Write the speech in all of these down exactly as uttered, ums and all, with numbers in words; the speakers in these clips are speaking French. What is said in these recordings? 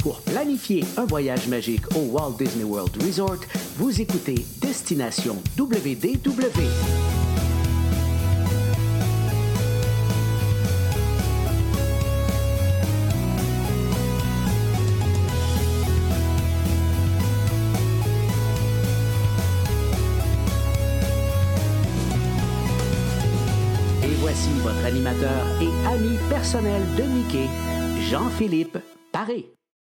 Pour planifier un voyage magique au Walt Disney World Resort, vous écoutez Destination W D W. Et voici votre animateur et ami personnel de Mickey, Jean-Philippe Paré.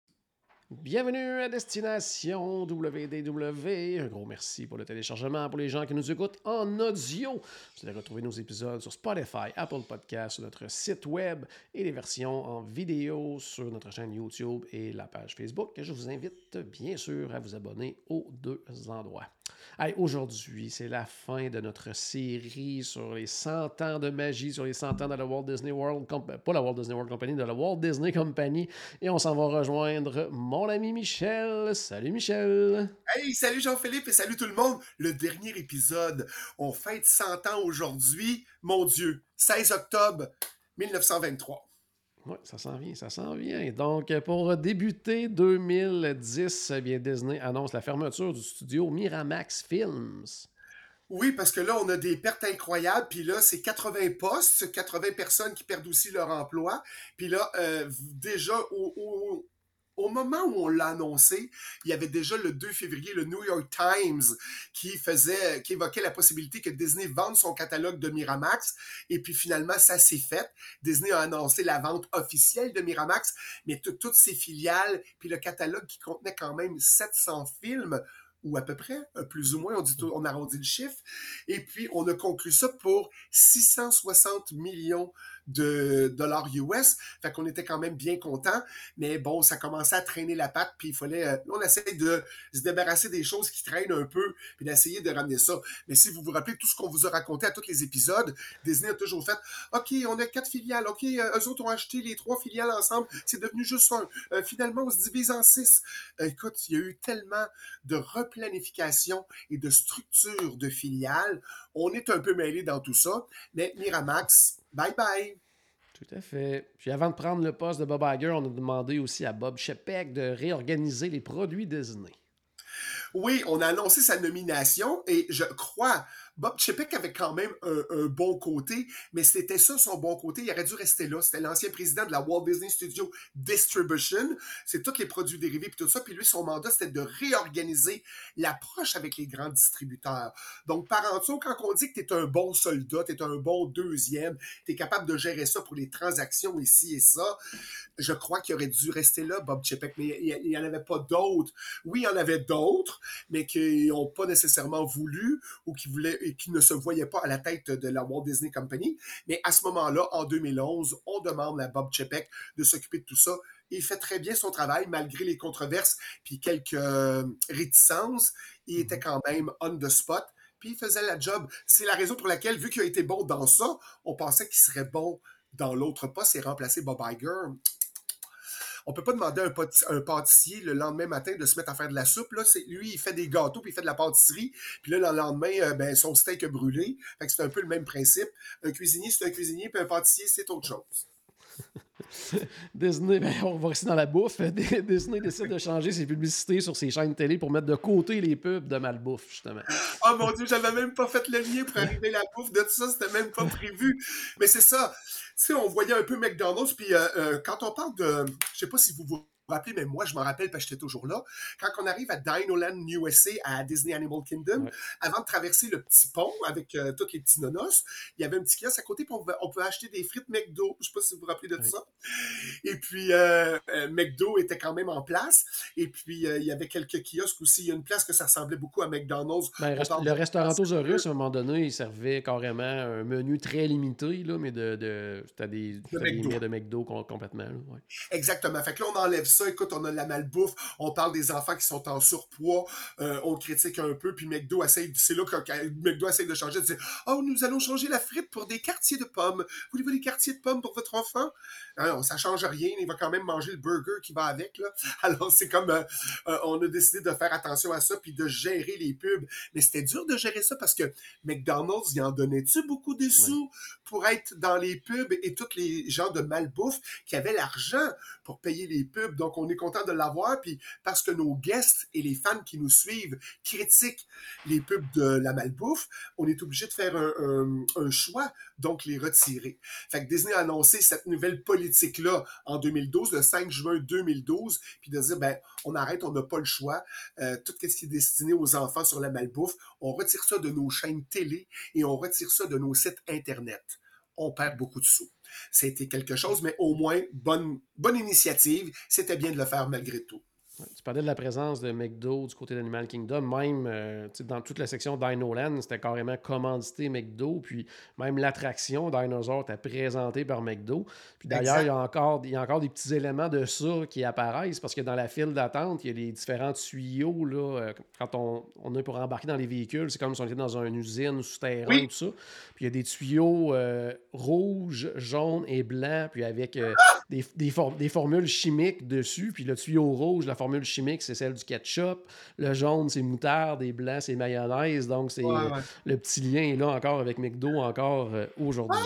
Bienvenue à Destination W D W. Un gros merci pour le téléchargement. Pour les gens qui nous écoutent en audio, vous allez retrouver nos épisodes sur Spotify, Apple Podcasts, sur notre site web et les versions en vidéo sur notre chaîne YouTube et la page Facebook. Je vous invite bien sûr à vous abonner aux deux endroits. Hey, aujourd'hui, c'est la fin de notre série sur les cent ans de magie, sur les cent ans de la Walt Disney World Company, pas la Walt Disney World Company, de la Walt Disney Company. Et on s'en va rejoindre mon ami Michel. Salut Michel! Hey, salut Jean-Philippe et salut tout le monde! Le dernier épisode, on fête cent ans aujourd'hui, mon Dieu, seize octobre mille neuf cent vingt-trois. Oui, ça s'en vient, ça s'en vient. Donc, pour débuter deux mille dix, eh bien, Disney annonce la fermeture du studio Miramax Films. Oui, parce que là, on a des pertes incroyables, puis là, c'est quatre-vingts postes, quatre-vingts personnes qui perdent aussi leur emploi. Puis là, euh, déjà, au, au, au moment où on l'a annoncé, il y avait déjà le deux février, le New York Times qui faisait, qui évoquait la possibilité que Disney vende son catalogue de Miramax. Et puis finalement, ça s'est fait. Disney a annoncé la vente officielle de Miramax, mais t- toutes ses filiales, puis le catalogue qui contenait quand même sept cents films, ou à peu près, plus ou moins, on, dit tout, on arrondit le chiffre. Et puis, on a conclu ça pour six cent soixante millions de dollars U S. Fait qu'on était quand même bien contents. Mais bon, ça commençait à traîner la patte, puis il fallait... Euh, on essaie de se débarrasser des choses qui traînent un peu, puis d'essayer de ramener ça. Mais si vous vous rappelez tout ce qu'on vous a raconté à tous les épisodes, Disney a toujours fait « OK, on a quatre filiales. OK, euh, eux autres ont acheté les trois filiales ensemble. C'est devenu juste un. Euh, finalement, on se divise en six. Euh, » Écoute, il y a eu tellement de replanification et de structure de filiales. On est un peu mêlé dans tout ça. Mais Miramax, bye bye! Tout à fait. Puis avant de prendre le poste de Bob Iger, on a demandé aussi à Bob Chapek de réorganiser les produits Disney. Oui, on a annoncé sa nomination et je crois, Bob Chapek avait quand même un, un bon côté, mais c'était ça son bon côté, il aurait dû rester là. C'était l'ancien président de la Walt Disney Studio Distribution, c'est tous les produits dérivés puis tout ça, puis lui, son mandat, c'était de réorganiser l'approche avec les grands distributeurs. Donc, par en dessous, quand on dit que tu es un bon soldat, tu es un bon deuxième, tu es capable de gérer ça pour les transactions ici et ça, je crois qu'il aurait dû rester là, Bob Chapek, mais il n'y en avait pas d'autres. Oui, il y en avait d'autres, mais qui n'ont pas nécessairement voulu ou qui voulaient et qui ne se voyaient pas à la tête de la Walt Disney Company. Mais à ce moment-là, en deux mille onze, on demande à Bob Chapek de s'occuper de tout ça. Il fait très bien son travail, malgré les controverses puis quelques euh, réticences. Il était quand même on the spot. Puis il faisait la job. C'est la raison pour laquelle, vu qu'il a été bon dans ça, on pensait qu'il serait bon dans l'autre poste et remplacer Bob Iger. On peut pas demander à un, pot- un pâtissier le lendemain matin de se mettre à faire de la soupe. Là. C'est, lui, il fait des gâteaux, puis il fait de la pâtisserie. Puis là, le lendemain, euh, ben, son steak a brûlé. Fait que c'est un peu le même principe. Un cuisinier, c'est un cuisinier, puis un pâtissier, c'est autre chose. Disney, ben, on va rester dans la bouffe. Disney décide de changer ses publicités sur ses chaînes télé pour mettre de côté les pubs de malbouffe, justement. Oh mon Dieu, j'avais même pas fait le lien pour arriver à la bouffe de tout ça, c'était même pas prévu. Mais c'est ça. Tu sais, on voyait un peu McDonald's, puis euh, euh, quand on parle de... Je sais pas si vous vous rappelez, mais moi, je m'en rappelle parce que j'étais toujours là. Quand on arrive à Dinoland U S A, à Disney Animal Kingdom, ouais. Avant de traverser le petit pont avec euh, tous les petits nonos, il y avait un petit kiosque à côté, puis on pouvait, on pouvait acheter des frites McDo. Je sais pas si vous vous rappelez de ouais. ça. Et puis, euh, euh, McDo était quand même en place. Et puis, euh, il y avait quelques kiosques aussi. Il y a une place que ça ressemblait beaucoup à McDonald's. Ben, rest- le Restaurantosaurus, à un moment donné, il servait carrément un menu très limité, là, mais de, de, c'était des, de des mets de McDo complètement. Là, ouais. Exactement. Fait que là, on enlève ça. Écoute, on a de la malbouffe. On parle des enfants qui sont en surpoids. Euh, on critique un peu. Puis McDo essaye, c'est là que McDo essaye de changer, de dire « Oh, nous allons changer la frite pour des quartiers de pommes. Voulez-vous des quartiers de pommes pour votre enfant? » Alors, ça change rien. Il va quand même manger le burger qui va avec. Là. Alors, c'est comme... Euh, euh, on a décidé de faire attention à ça puis de gérer les pubs. Mais c'était dur de gérer ça parce que McDonald's, il en donnait-tu beaucoup de sous ouais. pour être dans les pubs et tous les gens de malbouffe qui avaient l'argent pour payer les pubs. Donc, Donc, on est content de l'avoir. Puis, parce que nos guests et les fans qui nous suivent critiquent les pubs de la malbouffe, on est obligé de faire un, un, un choix, donc les retirer. Fait que Disney a annoncé cette nouvelle politique-là en deux mille douze, le cinq juin deux mille douze, puis de dire, ben, on arrête, on n'a pas le choix. Euh, tout ce qui est destiné aux enfants sur la malbouffe, on retire ça de nos chaînes télé et on retire ça de nos sites Internet. On perd beaucoup de sous. C'était quelque chose, mais au moins, bonne, bonne initiative. C'était bien de le faire malgré tout. Tu parlais de la présence de McDo du côté d'Animal Kingdom. Même euh, dans toute la section Dino Land, c'était carrément commandité McDo. Puis même l'attraction Dinosaur était présentée par McDo. Puis d'ailleurs, il y, a encore, il y a encore des petits éléments de ça qui apparaissent parce que dans la file d'attente, il y a les différents tuyaux. Là, euh, quand on, on est pour embarquer dans les véhicules, c'est comme si on était dans une usine souterrain, oui. Tout ça. Puis il y a des tuyaux euh, rouges, jaunes et blancs, puis avec euh, des, des, for- des formules chimiques dessus. Puis le tuyau rouge, la formule chimique, c'est celle du ketchup. Le jaune, c'est moutarde. Et blanc, c'est mayonnaise. Donc, c'est ouais, ouais. Le petit lien est là encore avec McDo encore euh, aujourd'hui.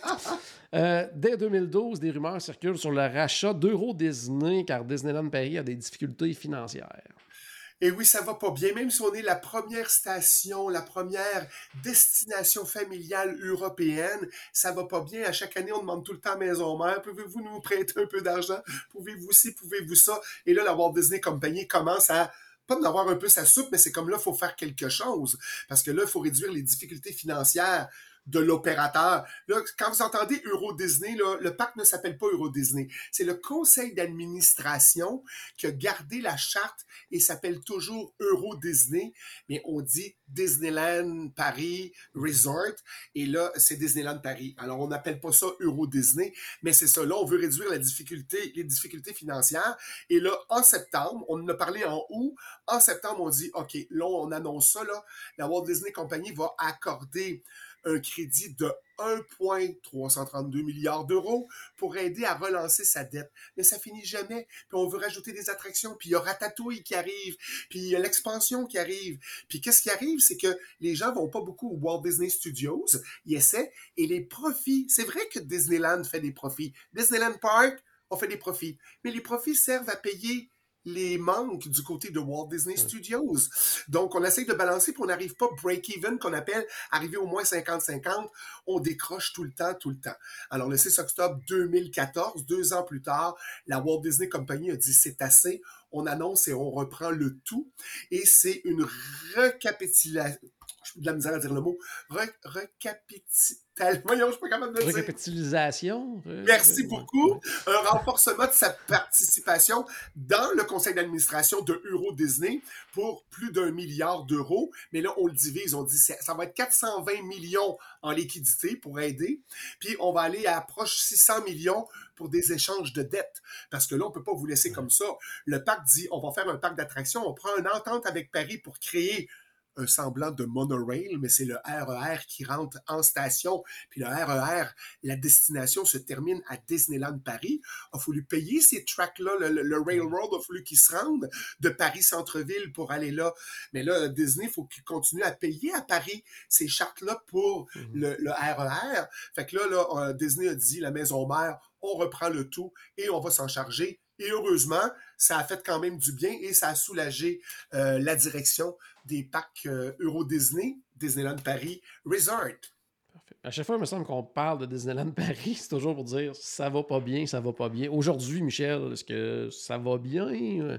euh, dès deux mille douze, des rumeurs circulent sur le rachat d'Euro Disney car Disneyland Paris a des difficultés financières. Et oui, ça va pas bien, même si on est la première station, la première destination familiale européenne, ça va pas bien. À chaque année, on demande tout le temps à Maison Mère, pouvez-vous nous prêter un peu d'argent? Pouvez-vous ci, pouvez-vous ça? Et là, la Walt Disney Company commence à pas de l'avoir un peu sa soupe, mais c'est comme là, il faut faire quelque chose. Parce que là, il faut réduire les difficultés financières de l'opérateur. Là, quand vous entendez Euro Disney, là, le parc ne s'appelle pas Euro Disney. C'est le conseil d'administration qui a gardé la charte et s'appelle toujours Euro Disney, mais on dit Disneyland Paris Resort, et là, c'est Disneyland Paris. Alors, on n'appelle pas ça Euro Disney, mais c'est ça. Là, on veut réduire la difficulté, les difficultés financières. Et là, en septembre, on en a parlé en août, en septembre, on dit, OK, là, on annonce ça, là, la Walt Disney Company va accorder un crédit de un virgule trois cent trente-deux milliards d'euros pour aider à relancer sa dette. Mais ça finit jamais. Puis on veut rajouter des attractions, puis il y a Ratatouille qui arrive, puis il y a l'expansion qui arrive. Puis qu'est-ce qui arrive, c'est que les gens vont pas beaucoup au Walt Disney Studios, ils essaient, et les profits, c'est vrai que Disneyland fait des profits. Disneyland Park, on fait des profits. Mais les profits servent à payer les manques du côté de Walt Disney Studios. Donc, on essaie de balancer, puis on n'arrive pas break-even, qu'on appelle arriver au moins cinquante cinquante. On décroche tout le temps, tout le temps. Alors, le six octobre deux mille quatorze, deux ans plus tard, la Walt Disney Company a dit c'est assez. On annonce et on reprend le tout. Et c'est une récapitulation. J'ai de la misère à dire le mot. Re- Récapitul... Voyons, je suis pas capable de le dire. Récapitalisation. Merci beaucoup. Un renforcement de sa participation dans le conseil d'administration de Euro Disney pour plus d'un milliard d'euros. Mais là, on le divise. On dit ça va être quatre cent vingt millions en liquidité pour aider. Puis, on va aller à approche six cents millions pour des échanges de dettes. Parce que là, on ne peut pas vous laisser comme ça. Le parc dit, on va faire un parc d'attractions. On prend une entente avec Paris pour créer un semblant de monorail, mais c'est le R E R qui rentre en station. Puis le R E R, la destination se termine à Disneyland Paris. Il a fallu payer ces tracks-là, le, le, le railroad, il a fallu qu'ils se rendent de Paris centre-ville pour aller là. Mais là, Disney, il faut qu'il continue à payer à Paris ces chartes-là pour mm-hmm. le, le R E R. Fait que là, là, Disney a dit, la maison mère, on reprend le tout et on va s'en charger. Et heureusement, ça a fait quand même du bien et ça a soulagé euh, la direction des parcs euh, Euro Disney, Disneyland Paris Resort. Parfait. À chaque fois, il me semble qu'on parle de Disneyland Paris, c'est toujours pour dire ça va pas bien, ça va pas bien. Aujourd'hui, Michel, est-ce que ça va bien?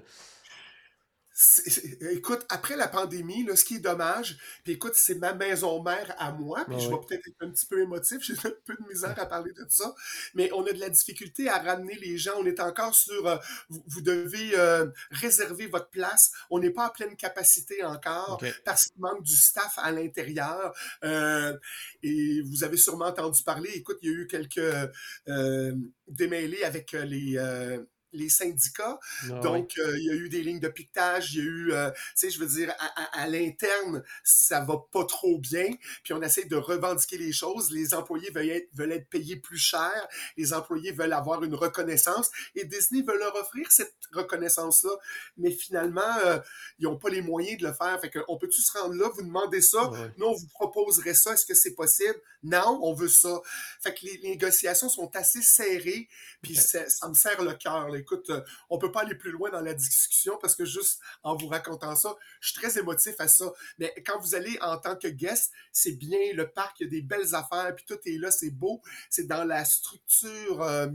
C'est, c'est, écoute, après la pandémie, là, ce qui est dommage, puis écoute, c'est ma maison mère à moi, puis ah je vais ouais. peut-être être un petit peu émotif, j'ai un peu de misère à parler de ça, mais on a de la difficulté à ramener les gens, on est encore sur, euh, vous, vous devez euh, réserver votre place, on n'est pas à pleine capacité encore, okay. parce qu'il manque du staff à l'intérieur, euh, et vous avez sûrement entendu parler, écoute, il y a eu quelques euh, démêlés avec les... Euh, les syndicats. Ah, donc, oui. euh, il y a eu des lignes de piquetage, il y a eu, euh, tu sais, je veux dire, à, à, à l'interne, ça va pas trop bien. Puis on essaie de revendiquer les choses. Les employés veulent être, veulent être payés plus cher. Les employés veulent avoir une reconnaissance. Et Disney veut leur offrir cette reconnaissance-là. Mais finalement, euh, ils n'ont pas les moyens de le faire. Fait qu'on peut-tu se rendre là, vous demandez ça, ah, oui. nous, on vous proposerait ça. Est-ce que c'est possible? Non, on veut ça. Fait que les, les négociations sont assez serrées. Puis okay. ça, ça me serre le cœur, là. écoute, euh, on peut pas aller plus loin dans la discussion parce que juste en vous racontant ça, je suis très émotif à ça. Mais quand vous allez en tant que guest, c'est bien, le parc, il y a des belles affaires, puis tout est là, c'est beau. C'est dans la structure... Euh,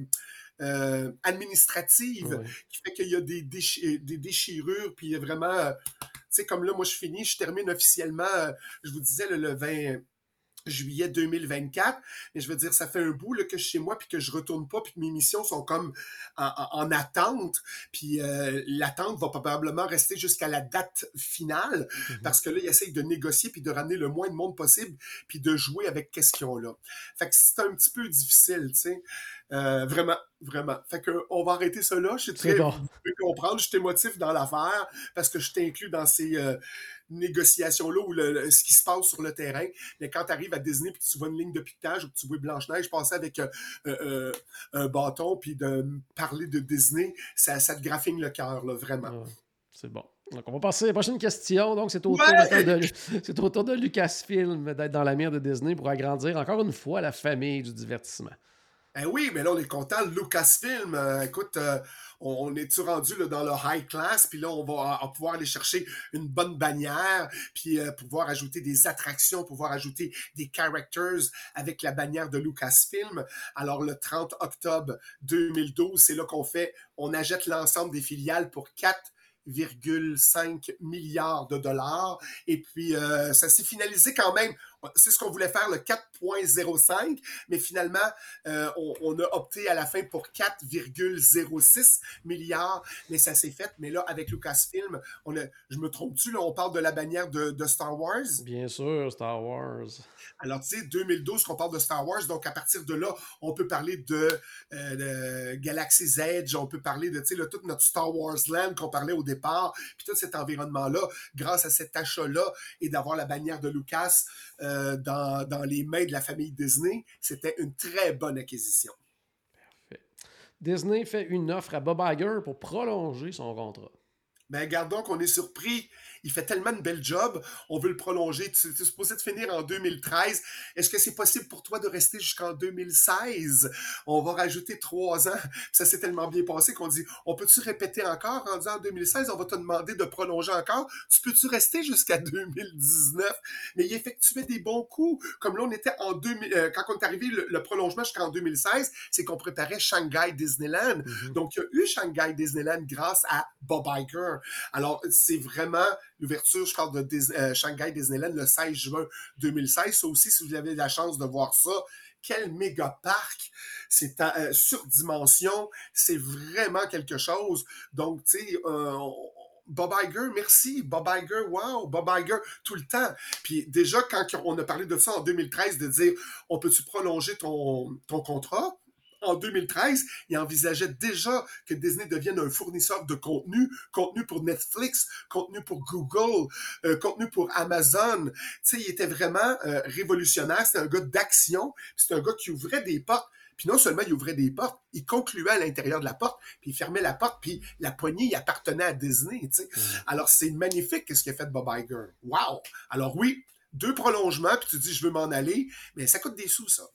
Euh, administrative Ouais. qui fait qu'il y a des, déchi- des déchirures, puis il y a vraiment, euh, tu sais, comme là, moi je finis, je termine officiellement, euh, je vous disais, le, le vingt juillet deux mille vingt-quatre, mais je veux dire, ça fait un bout là, que je suis chez moi, puis que je retourne pas, puis que mes missions sont comme en, en, en attente, puis euh, l'attente va probablement rester jusqu'à la date finale, Mm-hmm. parce que là, ils essayent de négocier, puis de ramener le moins de monde possible, puis de jouer avec qu'est-ce qu'ils ont là. Fait que c'est un petit peu difficile, tu sais. Euh, vraiment, vraiment. Fait que on va arrêter ça là. Je suis très, bon. vous pouvez comprendre, je suis émotif dans l'affaire parce que je t'inclus dans ces euh, négociations-là ou le, le, ce qui se passe sur le terrain. Mais quand tu arrives à Disney puis que tu vois une ligne de piquetage ou que tu vois Blanche-Neige passer avec euh, euh, un bâton puis de parler de Disney, ça, ça te graffine le cœur, là, vraiment. Ouais, c'est bon. Donc, on va passer à la prochaine question. Donc, c'est au, ouais! tour de, c'est au tour de Lucasfilm d'être dans la mire de Disney pour agrandir encore une fois la famille du divertissement. Eh oui, mais là, on est content. Lucasfilm, euh, écoute, euh, on, on est-tu rendu là, dans le high class, puis là, on va, on va pouvoir aller chercher une bonne bannière, puis euh, pouvoir ajouter des attractions, pouvoir ajouter des characters avec la bannière de Lucasfilm. Alors, le trente octobre deux mille douze, c'est là qu'on fait, on achète l'ensemble des filiales pour quatre virgule cinq milliards de dollars. Et puis, euh, ça s'est finalisé quand même. C'est ce qu'on voulait faire, le quatre virgule zéro cinq, mais finalement, euh, on, on a opté à la fin pour quatre virgule zéro six milliards, mais ça s'est fait. Mais là, avec Lucasfilm, on a, je me trompe-tu, là, on parle de la bannière de, de Star Wars? Bien sûr, Star Wars. Alors, tu sais, deux mille douze, qu'on parle de Star Wars, donc à partir de là, on peut parler de, euh, de Galaxy's Edge, on peut parler de, tu sais, là, tout notre Star Wars Land qu'on parlait au départ, puis tout cet environnement-là, grâce à cet achat-là et d'avoir la bannière de Lucas euh, dans, dans les mains de la famille Disney, c'était une très bonne acquisition. Parfait. Disney fait une offre à Bob Iger pour prolonger son contrat. Ben, gardons qu'on est surpris. Il fait tellement de bel job. On veut le prolonger. Tu, tu es supposé de finir en deux mille treize. Est-ce que c'est possible pour toi de rester jusqu'en deux mille seize? On va rajouter trois ans. Ça s'est tellement bien passé qu'on dit, on peut-tu répéter encore rendu en deux mille seize? On va te demander de prolonger encore. Tu peux-tu rester jusqu'à deux mille dix-neuf? Mais il effectuait des bons coups. Comme là, on était en deux mille, euh, quand on est arrivé le, le prolongement jusqu'en deux mille seize, c'est qu'on préparait Shanghai Disneyland. Mm-hmm. Donc, il y a eu Shanghai Disneyland grâce à Bob Iger. Alors, c'est vraiment l'ouverture, je parle de Dis- euh, Shanghai Disneyland le seize juin deux mille seize. Ça aussi, si vous avez la chance de voir ça, quel méga parc! C'est en euh, surdimension, c'est vraiment quelque chose. Donc, tu sais, euh, Bob Iger, merci. Bob Iger, wow, Bob Iger, tout le temps. Puis déjà, quand on a parlé de ça en deux mille treize, de dire, on peut-tu prolonger ton, ton contrat? En deux mille treize, il envisageait déjà que Disney devienne un fournisseur de contenu, contenu pour Netflix, contenu pour Google, euh, contenu pour Amazon. Tu sais, il était vraiment euh, révolutionnaire. C'était un gars d'action. C'était un gars qui ouvrait des portes. Puis non seulement il ouvrait des portes, il concluait à l'intérieur de la porte, puis il fermait la porte, puis la poignée, il appartenait à Disney. Tu sais. Mmh. Alors, c'est magnifique ce qu'a fait Bob Iger. Wow! Alors oui, deux prolongements, puis tu dis, je veux m'en aller, mais ça coûte des sous, ça.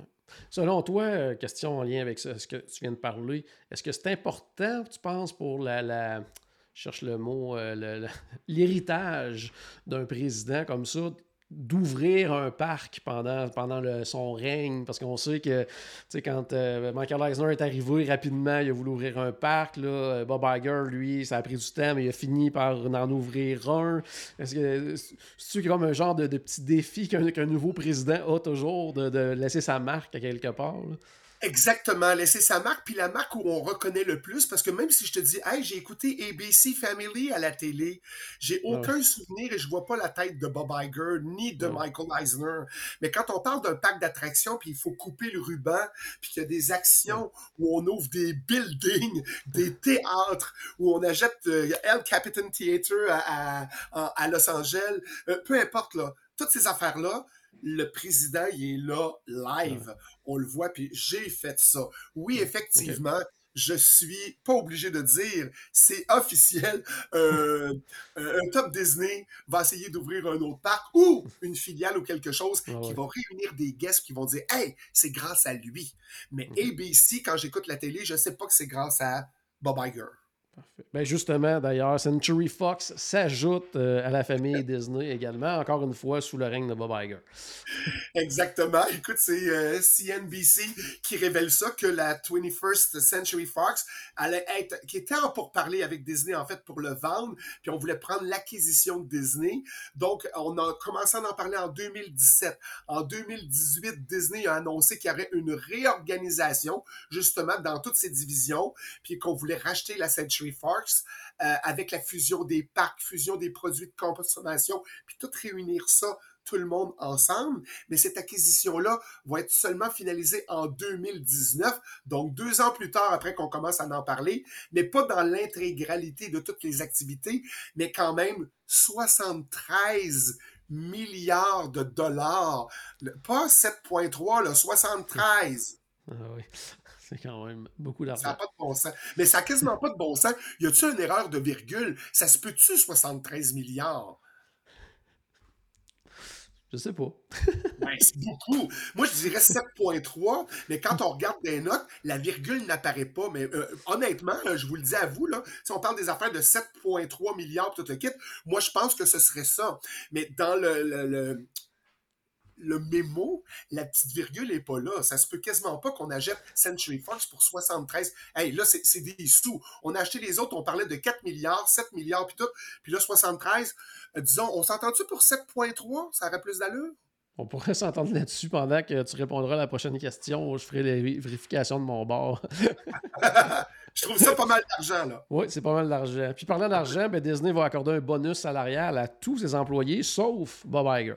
Selon toi, question en lien avec ce, ce que tu viens de parler, est-ce que c'est important, tu penses, pour la... la je cherche le mot, euh, le, le, l'héritage d'un président comme ça, d'ouvrir un parc pendant, pendant le, son règne, parce qu'on sait que, tu sais, quand euh, Michael Eisner est arrivé rapidement, il a voulu ouvrir un parc, là, Bob Iger, lui, ça a pris du temps, mais il a fini par en ouvrir un. Est-ce que c'est comme un genre de, de petit défi qu'un, qu'un nouveau président a toujours, de, de laisser sa marque à quelque part, là? Exactement, laisser sa marque, puis la marque où on reconnaît le plus, parce que même si je te dis, hey, j'ai écouté A B C Family à la télé, j'ai aucun ouais. souvenir et je vois pas la tête de Bob Iger ni de ouais. Michael Eisner. Mais quand on parle d'un parc d'attractions, puis il faut couper le ruban, puis qu'il y a des actions ouais. où on ouvre des buildings, des théâtres, où on achète euh, El Capitan Theatre à, à, à Los Angeles, euh, peu importe, là, toutes ces affaires-là, le président, il est là, live. Ouais. On le voit, puis j'ai fait ça. Oui, effectivement, okay. je suis pas obligé de dire, c'est officiel, euh, un top Disney va essayer d'ouvrir un autre parc ou une filiale ou quelque chose ah ouais. qui va réunir des guests qui vont dire, hey, c'est grâce à lui. Mais mm-hmm. A B C, quand j'écoute la télé, je sais pas que c'est grâce à Bob Iger. Parfait. Ben justement, d'ailleurs, Century Fox s'ajoute euh, à la famille Disney également, encore une fois sous le règne de Bob Iger. Exactement. Écoute, c'est euh, C N B C qui révèle ça, que la twenty-first Century Fox allait être, qui était en pourparlers avec Disney, en fait, pour le vendre, puis on voulait prendre l'acquisition de Disney. Donc, on a commencé à en parler en deux mille dix-sept. En deux mille dix-huit, Disney a annoncé qu'il y aurait une réorganisation, justement, dans toutes ses divisions, puis qu'on voulait racheter la Century Fox euh, avec la fusion des parcs, fusion des produits de consommation, puis tout réunir ça tout le monde ensemble, mais cette acquisition-là va être seulement finalisée en deux mille dix-neuf, donc deux ans plus tard après qu'on commence à en parler, mais pas dans l'intégralité de toutes les activités, mais quand même soixante-treize milliards de dollars, pas sept virgule trois, là, soixante-treize. Ah oui, c'est quand même beaucoup d'argent. Ça n'a pas de bon sens. Mais ça n'a quasiment pas de bon sens. Y a-tu une erreur de virgule? Ça se peut-tu, soixante-treize milliards? Je sais pas. Ben, c'est beaucoup. Moi, je dirais sept virgule trois, mais quand on regarde des notes, la virgule n'apparaît pas. Mais euh, honnêtement, là, je vous le dis à vous, là, si on parle des affaires de sept virgule trois milliards, tout le kit, moi, je pense que ce serait ça. Mais dans le, le, le, le mémo, la petite virgule n'est pas là. Ça se peut quasiment pas qu'on achète Century Fox pour soixante-treize. Hey, là, c'est, c'est des sous. On a acheté les autres, on parlait de quatre milliards, sept milliards, puis tout. Puis là, soixante-treize, euh, disons, on s'entend-tu pour sept virgule trois? Ça aurait plus d'allure? On pourrait s'entendre là-dessus pendant que tu répondras à la prochaine question. Je ferai les vérifications de mon bord. Je trouve ça pas mal d'argent, là. Oui, c'est pas mal d'argent. Puis parlant d'argent, ben Disney va accorder un bonus salarial à tous ses employés, sauf Bob Iger.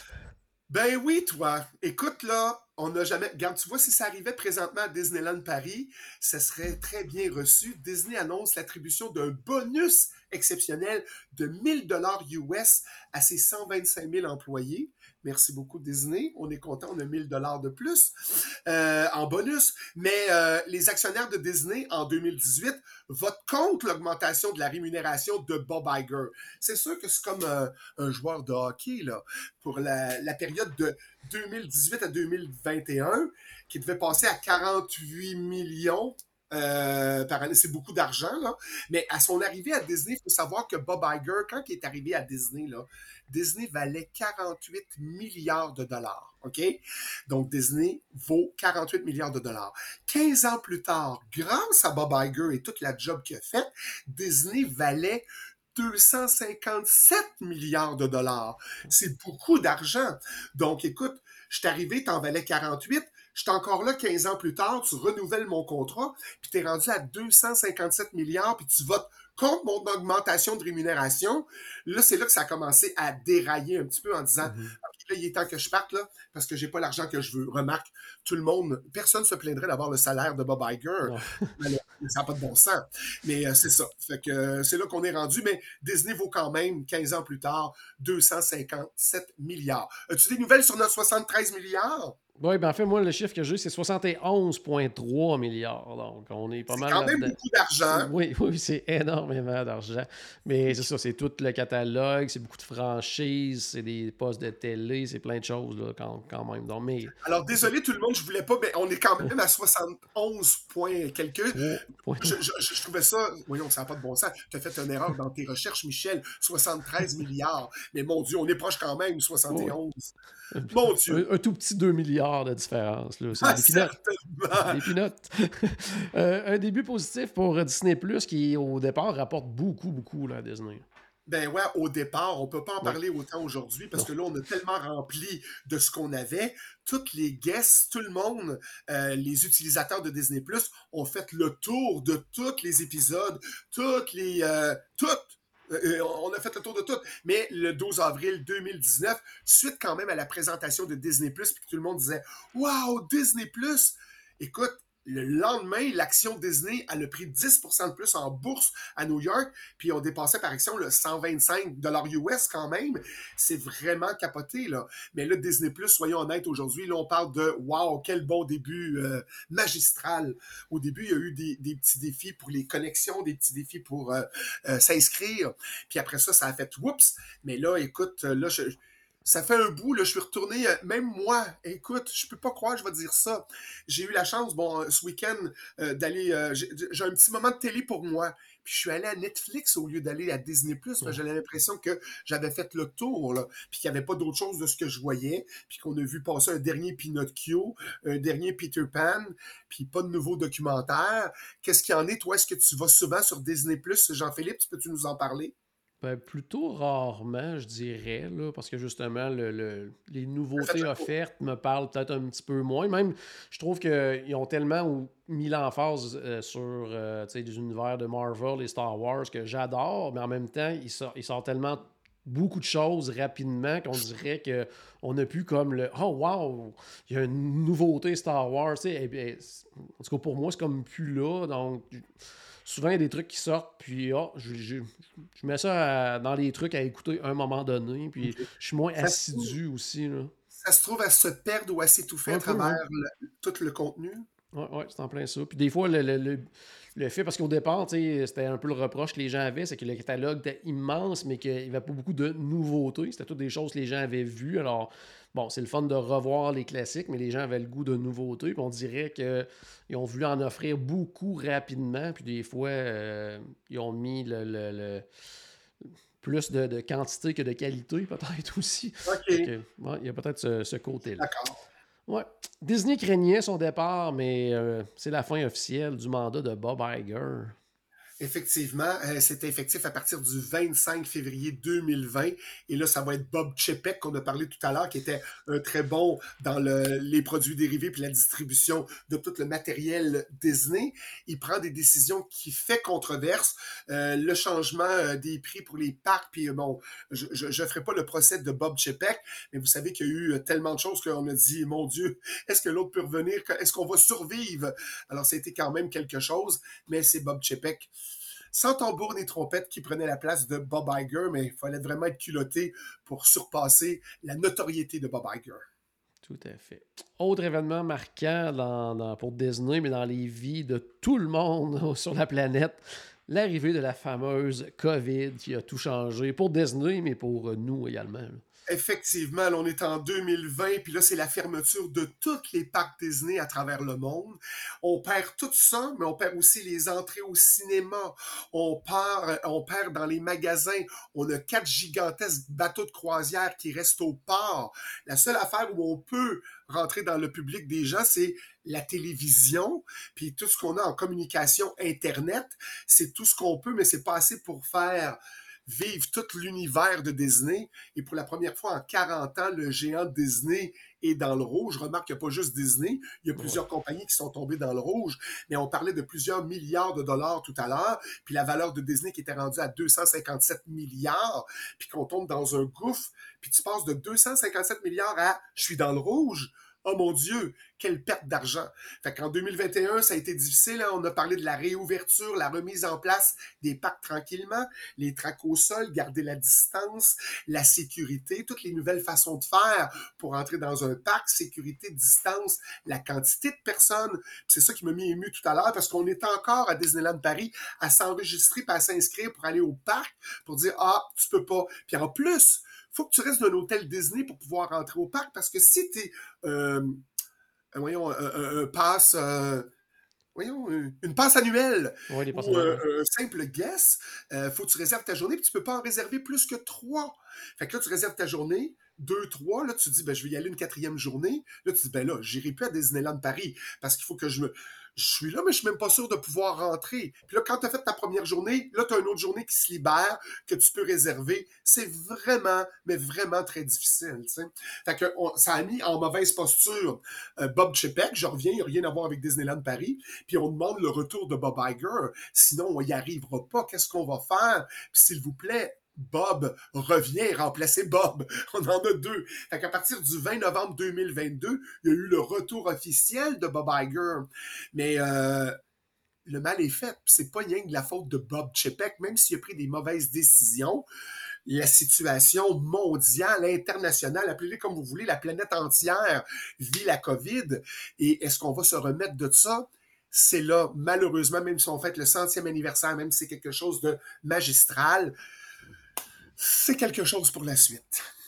Ben oui, toi. Écoute, là, on n'a jamais... Regarde, tu vois, si ça arrivait présentement à Disneyland Paris, ça serait très bien reçu. Disney annonce l'attribution d'un bonus exceptionnel de mille dollars U S à ses cent vingt-cinq mille employés. Merci beaucoup, Disney. On est content, on a mille dollars de plus euh, en bonus. Mais euh, les actionnaires de Disney, en deux mille dix-huit, votent contre l'augmentation de la rémunération de Bob Iger. C'est sûr que c'est comme euh, un joueur de hockey, là, pour la, la période de deux mille dix-huit à deux mille vingt et un, qui devait passer à quarante-huit millions Euh, par année. C'est beaucoup d'argent, là. Mais à son arrivée à Disney, il faut savoir que Bob Iger, quand il est arrivé à Disney, là, Disney valait quarante-huit milliards de dollars. OK? Donc, Disney vaut quarante-huit milliards de dollars. quinze ans plus tard, grâce à Bob Iger et toute la job qu'il a faite, Disney valait deux cent cinquante-sept milliards de dollars. C'est beaucoup d'argent. Donc, écoute, je suis arrivé, t'en valais quarante-huit. Je suis encore là quinze ans plus tard, tu renouvelles mon contrat, puis tu es rendu à deux cent cinquante-sept milliards, puis tu votes contre mon augmentation de rémunération. Là, c'est là que ça a commencé à dérailler un petit peu en disant mm-hmm. OK, là, il est temps que je parte, là, parce que j'ai pas l'argent que je veux. Remarque, tout le monde, personne ne se plaindrait d'avoir le salaire de Bob Iger. Mais ça n'a pas de bon sens. Mais euh, c'est ça. Fait que euh, c'est là qu'on est rendu. Mais Disney vaut quand même, quinze ans plus tard, deux cent cinquante-sept milliards. As-tu des nouvelles sur notre soixante-treize milliards? Oui, ben en fait, moi, le chiffre que j'ai, c'est soixante et onze virgule trois milliards. Donc, on est pas c'est mal. C'est quand même là-dedans. beaucoup d'argent. Oui, oui, c'est énormément d'argent. Mais c'est ça, c'est tout le catalogue, c'est beaucoup de franchises, c'est des postes de télé, c'est plein de choses, là, quand, quand même. Donc, mais... Alors, désolé tout le monde, je voulais pas, mais on est quand même à soixante-onze points quelques. Ouais. Je, je, je trouvais ça. Voyons, ça n'a pas de bon sens. Tu as fait une erreur dans tes recherches, Michel. soixante-treize milliards. Mais mon Dieu, on est proche quand même, soixante et onze. Ouais. Mon Dieu. Un, un tout petit deux milliards de différence. Là. C'est ah, des pinottes. Des pinottes. euh, un début positif pour Disney+, qui au départ rapporte beaucoup, beaucoup là, à Disney. Ben ouais, au départ, on ne peut pas en parler ouais. autant aujourd'hui parce non. que là, on a tellement rempli de ce qu'on avait. Toutes les guests, tout le monde, euh, les utilisateurs de Disney+, ont fait le tour de tous les épisodes, toutes les... Euh, toutes Euh, on a fait le tour de tout. Mais le douze avril deux mille dix-neuf, suite quand même à la présentation de Disney+, puis que tout le monde disait « Wow, Disney+! » Écoute, le lendemain, l'action Disney, elle a pris dix pour cent de plus en bourse à New York, puis on dépassait par action le cent vingt-cinq dollars U S quand même. C'est vraiment capoté, là. Mais là, Disney+, soyons honnêtes aujourd'hui, là, on parle de « Wow, quel bon début euh, magistral! » Au début, il y a eu des, des petits défis pour les connexions, des petits défis pour euh, euh, s'inscrire. Puis après ça, ça a fait « Oups! » Mais là, écoute, là, je... Ça fait un bout, là, je suis retourné, euh, même moi, écoute, je peux pas croire, je vais dire ça. J'ai eu la chance, bon, euh, ce week-end, euh, d'aller, euh, j'ai j'ai un petit moment de télé pour moi. Puis je suis allé à Netflix au lieu d'aller à Disney+, parce que Ouais. j'avais l'impression que j'avais fait le tour, là, puis qu'il n'y avait pas d'autre chose de ce que je voyais, puis qu'on a vu passer un dernier Pinocchio, un dernier Peter Pan, puis pas de nouveau documentaire. Qu'est-ce qu'il y en est, toi? Est-ce que tu vas souvent sur Disney+, Jean-Philippe? Peux-tu nous en parler? Ben, plutôt rarement, je dirais, là, parce que justement, le, le- les Faites nouveautés le tour. offertes me parlent peut-être un petit peu moins. Même, je trouve qu'ils ont tellement ou- mis l'emphase euh, sur euh, tu sais, des univers de Marvel et Star Wars que j'adore, mais en même temps, ils sortent, ils sortent tellement beaucoup de choses rapidement qu'on dirait que on n'a plus comme le oh wow, il y a une nouveauté Star Wars, tu sais, eh bien, c'est- en tout cas pour moi c'est comme plus là, donc souvent il y a des trucs qui sortent puis ah, je, je- je mets ça à- dans les trucs à écouter à un moment donné, puis OK. je suis moins Ça se trouve, assidu aussi là. ça se trouve à se perdre ou à s'étouffer à Un peu, travers ouais. le- tout le contenu. Ouais, ouais, c'est en plein ça. Puis des fois, le, le, le- le fait, parce qu'au départ, tu sais, c'était un peu le reproche que les gens avaient, c'est que le catalogue était immense, mais qu'il n'y avait pas beaucoup de nouveautés. C'était toutes des choses que les gens avaient vues. Alors, bon, c'est le fun de revoir les classiques, mais les gens avaient le goût de nouveautés. Puis on dirait qu'ils ont voulu en offrir beaucoup rapidement. Puis des fois, euh, ils ont mis le, le- le- plus de, de quantité que de qualité, peut-être aussi. Fait OK, que, ouais, il y a peut-être ce, ce côté-là. d'accord. Ouais. Disney craignait son départ, mais euh, c'est la fin officielle du mandat de Bob Iger. Effectivement, euh, c'était effectif à partir du vingt-cinq février deux mille vingt. Et là, ça va être Bob Chapek qu'on a parlé tout à l'heure, qui était un très bon dans le- les produits dérivés puis la distribution de tout le matériel Disney. Il prend des décisions qui fait controverse. Euh, le changement euh, des prix pour les parcs, puis euh, bon, je ne ferai pas le procès de Bob Chapek, mais vous savez qu'il y a eu euh, tellement de choses qu'on a dit, mon Dieu, est-ce que l'autre peut revenir? Est-ce qu'on va survivre? Alors, ça a été quand même quelque chose, mais c'est Bob Chapek sans tambour ni trompette qui prenait la place de Bob Iger, mais il fallait vraiment être culotté pour surpasser la notoriété de Bob Iger. Tout à fait. Autre événement marquant dans- dans- pour Disney, mais dans les vies de tout le monde sur la planète, l'arrivée de la fameuse COVID qui a tout changé pour Disney, mais pour nous également, là. Effectivement, là, on est en deux mille vingt, puis là, c'est la fermeture de tous les parcs Disney à travers le monde. On perd tout ça, mais on perd aussi les entrées au cinéma. On perd, on perd dans les magasins. On a quatre gigantesques bateaux de croisière qui restent au port. La seule affaire où on peut rentrer dans le public des gens, c'est la télévision, puis tout ce qu'on a en communication Internet, c'est tout ce qu'on peut, mais c'est pas assez pour faire vivre tout l'univers de Disney. Et pour la première fois en quarante ans, le géant Disney est dans le rouge. Remarque qu'il n'y a pas juste Disney, il y a Ouais. plusieurs compagnies qui sont tombées dans le rouge, mais on parlait de plusieurs milliards de dollars tout à l'heure, puis la valeur de Disney qui était rendue à deux cent cinquante-sept milliards, puis qu'on tombe dans un gouffre, puis tu passes de deux cent cinquante-sept milliards à « je suis dans le rouge ». Oh mon Dieu, quelle perte d'argent. Fait qu'en deux mille vingt et un, ça a été difficile. Hein? On a parlé de la réouverture, la remise en place des parcs tranquillement, les tracts au sol, garder la distance, la sécurité, toutes les nouvelles façons de faire pour entrer dans un parc, sécurité, distance, la quantité de personnes. C'est ça qui m'a mis ému tout à l'heure parce qu'on est encore à Disneyland Paris à s'enregistrer et à s'inscrire pour aller au parc pour dire « Ah, tu peux pas ». Puis en plus, faut que tu restes dans un hôtel Disney pour pouvoir rentrer au parc parce que si tu es, euh, voyons, un, un, un pass, euh, voyons, une passe annuelle Ouais, les ou personnages, euh, ouais. un simple guess, euh, faut que tu réserves ta journée puis tu peux pas en réserver plus que trois. Fait que là, tu réserves ta journée, deux, trois, là, tu te dis, ben, je vais y aller une quatrième journée. Là, tu te dis, ben là, j'irai plus à Disneyland Paris parce qu'il faut que je me... Je suis là, mais je suis même pas sûr de pouvoir rentrer. Puis là, quand tu as fait ta première journée, là, tu as une autre journée qui se libère, que tu peux réserver. C'est vraiment, mais vraiment très difficile, tu sais. Fait que on, ça a mis en mauvaise posture euh, Bob Chapek. Je reviens, il n'y a rien à voir avec Disneyland Paris. Puis on demande le retour de Bob Iger. Sinon, on n'y arrivera pas. Qu'est-ce qu'on va faire? Puis s'il vous plaît, Bob revient remplacer Bob. On en a deux. Fait qu'à partir du vingt novembre deux mille vingt-deux, il y a eu le retour officiel de Bob Iger. Mais euh, le mal est fait. C'est pas rien que la faute de Bob Chapek, même s'il a pris des mauvaises décisions. La situation mondiale, internationale, appelez-les comme vous voulez, la planète entière vit la COVID. Et est-ce qu'on va se remettre de ça? C'est là, malheureusement, même si on fête le centième anniversaire, même si c'est quelque chose de magistral, c'est quelque chose pour la suite.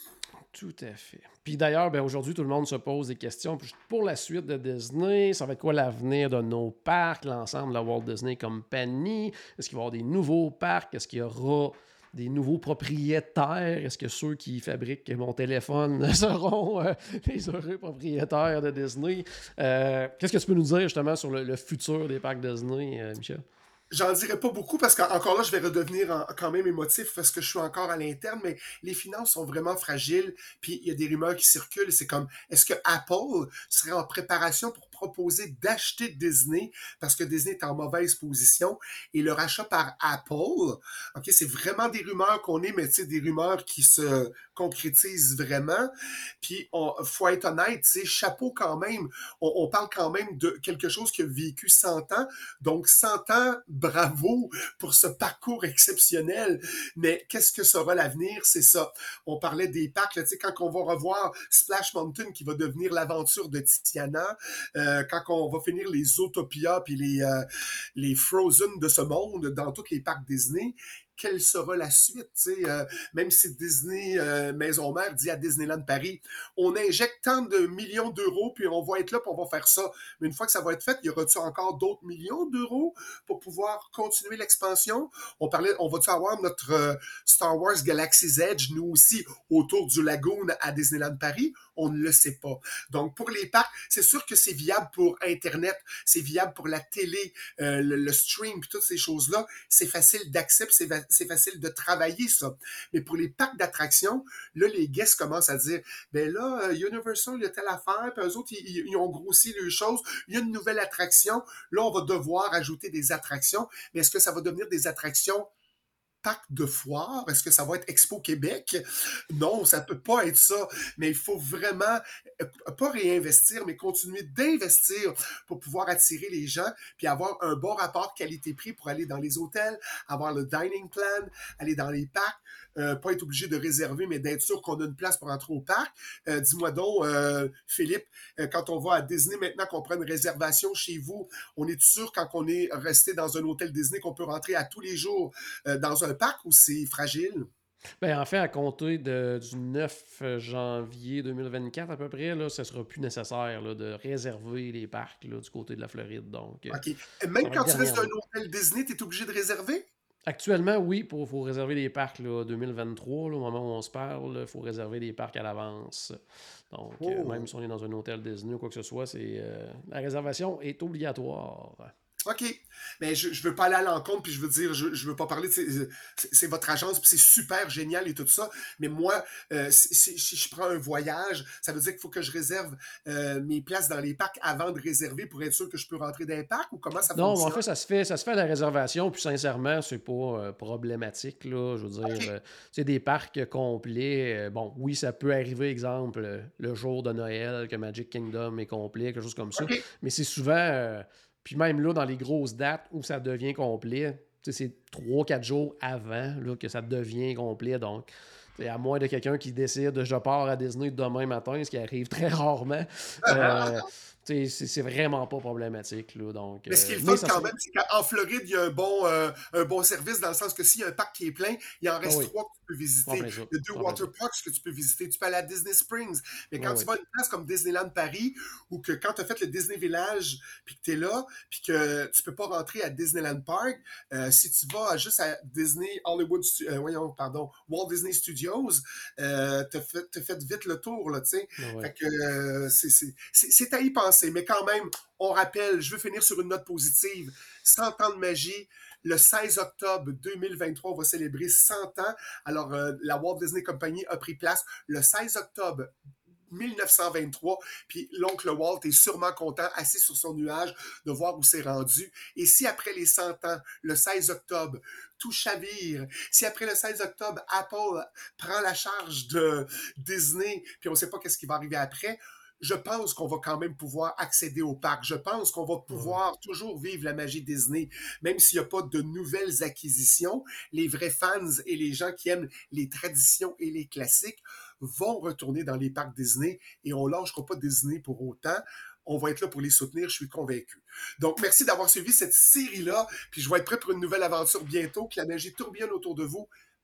Tout à fait. Puis d'ailleurs, ben, aujourd'hui, tout le monde se pose des questions pour la suite de Disney. Ça va être quoi l'avenir de nos parcs, l'ensemble de la Walt Disney Company? Est-ce qu'il va y avoir des nouveaux parcs? Est-ce qu'il y aura des nouveaux propriétaires? Est-ce que ceux qui fabriquent mon téléphone seront euh, les heureux propriétaires de Disney? Euh, qu'est-ce que tu peux nous dire justement sur le, le futur des parcs Disney, euh, Michel? J'en dirais pas beaucoup parce qu'encore là, je vais redevenir en- quand même émotif parce que je suis encore à l'interne, mais les finances sont vraiment fragiles. Puis il y a des rumeurs qui circulent. C'est comme, est-ce que Apple serait en préparation pour proposer d'acheter Disney parce que Disney est en mauvaise position et le rachat par Apple, ok, c'est vraiment des rumeurs qu'on est, mais tu sais, des rumeurs qui se concrétisent vraiment. Puis on, faut être honnête, tu sais, chapeau quand même. On, on parle quand même de quelque chose qui a vécu cent ans. Donc cent ans, bravo pour ce parcours exceptionnel. Mais qu'est-ce que sera l'avenir? C'est ça. On parlait des parcs, là, tu sais, quand on va revoir Splash Mountain qui va devenir l'aventure de Tiana, euh, quand on va finir les Zootopia puis les, euh, les Frozen de ce monde dans tous les parcs Disney, quelle sera la suite, tu sais, euh, même si Disney euh, Maison Mère dit à Disneyland Paris, on injecte tant de millions d'euros, puis on va être là, puis on va faire ça. Mais une fois que ça va être fait, y aura-t-il encore d'autres millions d'euros pour pouvoir continuer l'expansion? On parlait, on va-tu avoir notre euh, Star Wars Galaxy's Edge, nous aussi, autour du lagoon à Disneyland Paris? On ne le sait pas. Donc, pour les parcs, c'est sûr que c'est viable pour Internet, c'est viable pour la télé, euh, le, le stream, puis toutes ces choses-là. C'est facile d'accès, c'est va- c'est facile de travailler ça. Mais pour les parcs d'attractions, là, les guests commencent à dire, ben là, euh, Universal, il y a telle affaire, puis eux autres, ils, ils ont grossi les choses. Il y a une nouvelle attraction. Là, on va devoir ajouter des attractions. Mais est-ce que ça va devenir des attractions parc de foire? Est-ce que ça va être Expo Québec? Non, ça peut pas être ça. Mais il faut vraiment euh, pas réinvestir, mais continuer d'investir pour pouvoir attirer les gens, puis avoir un bon rapport qualité-prix pour aller dans les hôtels, avoir le dining plan, aller dans les parcs, euh, pas être obligé de réserver, mais d'être sûr qu'on a une place pour entrer au parc. Euh, dis-moi donc, euh, Philippe, euh, quand on va à Disney maintenant, qu'on prend une réservation chez vous, on est sûr quand on est resté dans un hôtel Disney qu'on peut rentrer à tous les jours euh, dans un parc ou c'est fragile? Ben, en fait, à compter de, du neuf janvier deux mille vingt-quatre à peu près, là, ce ne sera plus nécessaire là, de réserver les parcs là, du côté de la Floride. Donc, euh, OK. ça Même va être quand tu restes dans dernièrement. un hôtel Disney, tu es obligé de réserver? Actuellement, oui, il faut réserver les parcs là, deux mille vingt-trois, là, au moment où on se parle, il faut réserver les parcs à l'avance. Donc, euh, même Oh. si on est dans un hôtel Disney ou quoi que ce soit, c'est euh, la réservation est obligatoire. OK. Mais je, je veux pas aller à l'encontre, puis je veux dire, je, je veux pas parler de c'est, c'est- c'est votre agence, puis c'est super génial et tout ça. Mais moi, euh, si, si- si je prends un voyage, ça veut dire qu'il faut que je réserve euh, mes places dans les parcs avant de réserver pour être sûr que je peux rentrer dans les parcs ou comment ça Non, mais en fonctionne? fait, ça se fait, ça se fait à la réservation, puis sincèrement, c'est pas euh, problématique, là. Je veux dire, OK. euh, c'est des parcs complets. euh, bon, oui, ça peut arriver, exemple, euh, le jour de Noël, que Magic Kingdom est complet, quelque chose comme ça. OK. Mais c'est souvent, euh, puis même là, dans les grosses dates où ça devient complet, tu sais, c'est trois quatre jours avant là, que ça devient complet. Donc, tu sais, à moins de quelqu'un qui décide, je pars à Disney demain matin, ce qui arrive très rarement, euh, tu sais, c'est c'est vraiment pas problématique. Là, donc, Mais ce qui est euh, le mais fun ça quand sera. même, c'est qu'en Floride, il y a un bon, euh, un bon service dans le sens que s'il y a un parc qui est plein, il en Ah reste oui, trois que tu peux en visiter. plein ça. Il y a deux En plein ça. water parks que tu peux visiter. Tu peux aller à Disney Springs. Mais Ah quand tu oui. vas à une place comme Disneyland Paris, ou que quand tu as fait le Disney Village, puis que tu es là, puis que tu peux pas rentrer à Disneyland Park, euh, si tu vas juste à Disney Hollywood, Stu- euh, voyons, pardon, Walt Disney Studios, euh, t'as fait, t'as fait vite le tour, là, tu sais. Ah Fait ouais. que euh, c'est c'est- c'est- c'est à y penser. Mais quand même, on rappelle, je veux finir sur une note positive. cent ans de magie. Le seize octobre deux mille vingt-trois, on va célébrer cent ans. Alors, euh, la Walt Disney Company a pris place le seize octobre mille neuf cent vingt-trois, puis l'oncle Walt est sûrement content, assis sur son nuage, de voir où c'est rendu. Et si après les cent ans, le seize octobre, tout chavire, si après le seize octobre, Apple prend la charge de Disney, puis on ne sait pas qu'est-ce qui va arriver après, je pense qu'on va quand même pouvoir accéder au parc. Je pense qu'on va Ouais. pouvoir toujours vivre la magie Disney, même s'il n'y a pas de nouvelles acquisitions. Les vrais fans et les gens qui aiment les traditions et les classiques vont retourner dans les parcs Disney et on ne lâchera pas Disney pour autant. On va être là pour les soutenir, je suis convaincu. Donc, merci d'avoir suivi cette série-là, puis je vais être prêt pour une nouvelle aventure bientôt, que la magie tourbillonne autour de vous.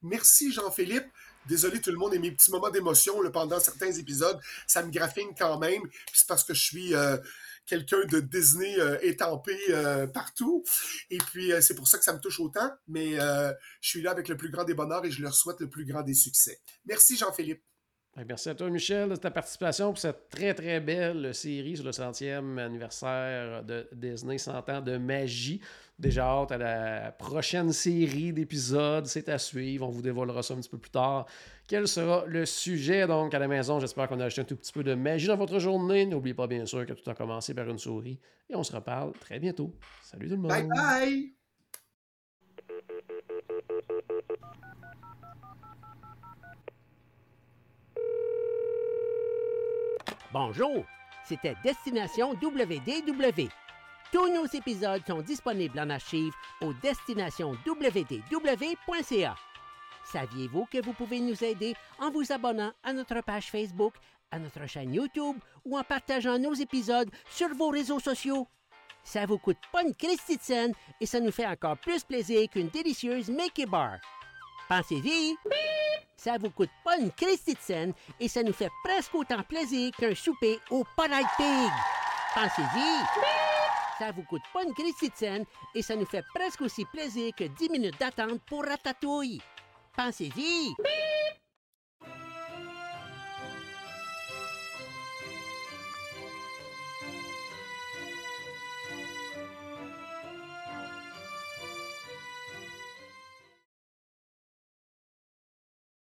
Merci Jean-Philippe. Désolé tout le monde et mes petits moments d'émotion là, pendant certains épisodes. Ça me graffine quand même. Puis c'est parce que je suis euh, quelqu'un de Disney euh, étampé euh, partout. Et puis euh, c'est pour ça que ça me touche autant. Mais euh, je suis là avec le plus grand des bonheurs et je leur souhaite le plus grand des succès. Merci Jean-Philippe. Merci à toi, Michel, de ta participation pour cette très, très belle série sur le centième anniversaire de Disney, cent ans de magie. Déjà hâte à la prochaine série d'épisodes. C'est à suivre. On vous dévoilera ça un petit peu plus tard. Quel sera le sujet, donc, à la maison? J'espère qu'on a ajouté un tout petit peu de magie dans votre journée. N'oubliez pas, bien sûr, que tout a commencé par une souris. Et on se reparle très bientôt. Salut tout le monde! Bye bye! Bonjour, c'était Destination W D W. Tous nos épisodes sont disponibles en archive au destination w d w point c a. Saviez-vous que vous pouvez nous aider en vous abonnant à notre page Facebook, à notre chaîne YouTube ou en partageant nos épisodes sur vos réseaux sociaux? Ça vous coûte pas une Christie de scène et ça nous fait encore plus plaisir qu'une délicieuse Mickey Bar. Pensez-y! Ça vous coûte pas une Christie de scène et ça nous fait presque autant plaisir qu'un souper au Polite Pig. Pensez-y! Ça vous coûte pas une Christie de scène et ça nous fait presque aussi plaisir que dix minutes d'attente pour Ratatouille. Pensez-y!